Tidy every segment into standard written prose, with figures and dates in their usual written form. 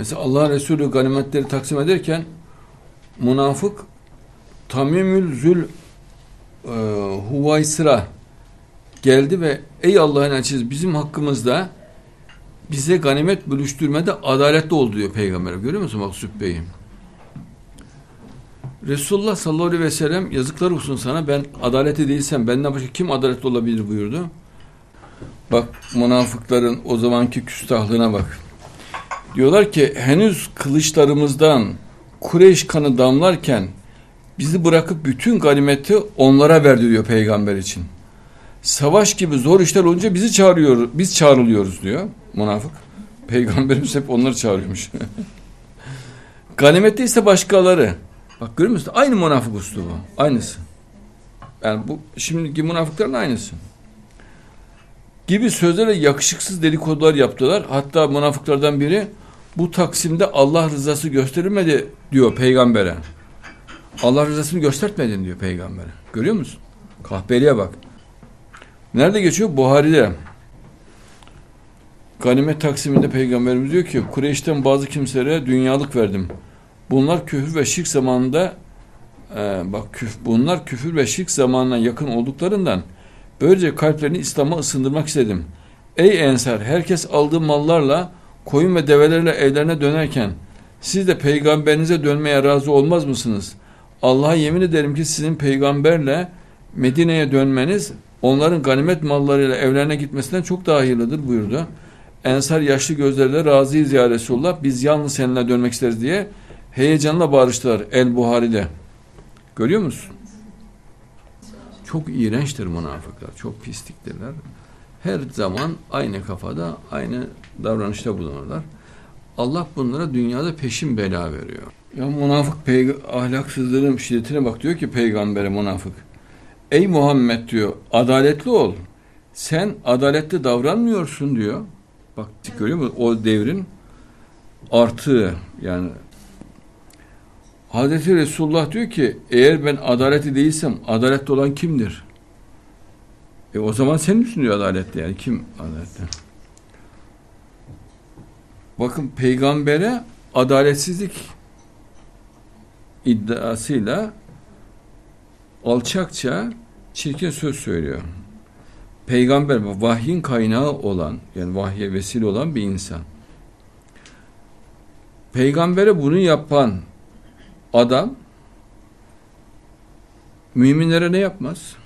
Mesela Allah Resulü ganimetleri taksim ederken münafık Tamimül Zül Huvaysıra geldi ve ey Allah'ın elçisi bizim hakkımızda bize ganimet bölüştürmede adaletli ol diyor Peygamber. Görüyor musun bak Sübbe'yi? Resulullah sallallahu aleyhi ve sellem yazıklar olsun sana, ben adaleti değilsem benden başka kim adaletli olabilir buyurdu. Bak münafıkların o zamanki küstahlığına bak. Diyorlar ki henüz kılıçlarımızdan Kureyş kanı damlarken bizi bırakıp bütün ganimeti onlara verdi diyor Peygamber için. Savaş gibi zor işler olunca bizi çağırıyor, biz çağrılıyoruz diyor münafık. Peygamberimiz hep onları çağırıyormuş. Ganimette ise başkaları. Bak görüyor musun? Aynı münafık üslubu. Aynısı. Yani bu şimdiki münafıkların aynısı. Gibi sözlerle yakışıksız dedikodular yaptılar. Hatta münafıklardan biri bu taksimde Allah rızası gösterilmedi diyor peygambere. Allah rızasını göstermedin diyor peygambere. Görüyor musun? Kahpeliğe bak. Nerede geçiyor? Buhari'de. Ganimet taksiminde peygamberimiz diyor ki Kureyş'ten bazı kimselere dünyalık verdim. Bunlar küfür ve şirk zamanında bunlar küfür ve şirk zamanına yakın olduklarından böylece kalplerini İslam'a ısındırmak istedim. Ey Ensar, herkes aldığı mallarla koyun ve develerle evlerine dönerken siz de peygamberinize dönmeye razı olmaz mısınız? Allah'a yemin ederim ki sizin peygamberle Medine'ye dönmeniz onların ganimet mallarıyla evlerine gitmesinden çok daha hayırlıdır buyurdu. Ensar yaşlı gözlerle razıyız ya Resulullah, biz yalnız seninle dönmek isteriz diye heyecanla bağırıştılar El-Buhari'de. Görüyor musun? Çok iğrençtir münafıklar, çok pisliktirler. Her zaman aynı kafada, aynı davranışta bulunurlar. Allah bunlara dünyada peşin bela veriyor. Ya münafık ahlaksızlığın şiddetine bak, diyor ki peygambere münafık. Ey Muhammed diyor, adaletli ol. Sen adaletli davranmıyorsun diyor. Bak görüyor musun? O devrin artığı yani. Hazreti Resulullah diyor ki eğer ben adaletli değilsem adaletli olan kimdir? O zaman senin için diyor adaletli, yani kim adaletli? Bakın peygambere adaletsizlik iddiasıyla alçakça çirkin söz söylüyor. Peygamber vahyin kaynağı olan, yani vahye vesile olan bir insan. Peygambere bunu yapan adam müminlere ne yapmaz?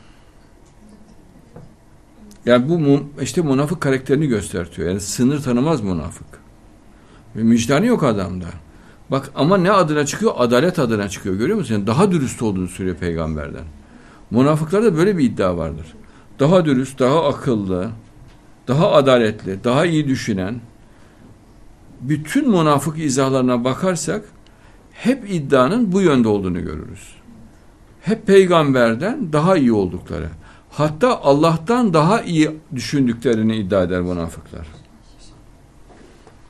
Yani bu işte münafık karakterini gösteriyor. Yani sınır tanımaz münafık. Vicdanı yok adamda. Bak ama ne adına çıkıyor? Adalet adına çıkıyor. Görüyor musun? Yani daha dürüst olduğunu söylüyor peygamberden. Münafıklarda böyle bir iddia vardır. Daha dürüst, daha akıllı, daha adaletli, daha iyi düşünen, bütün münafık izahlarına bakarsak hep iddianın bu yönde olduğunu görürüz. Hep peygamberden daha iyi oldukları, hatta Allah'tan daha iyi düşündüklerini iddia eder münafıklar.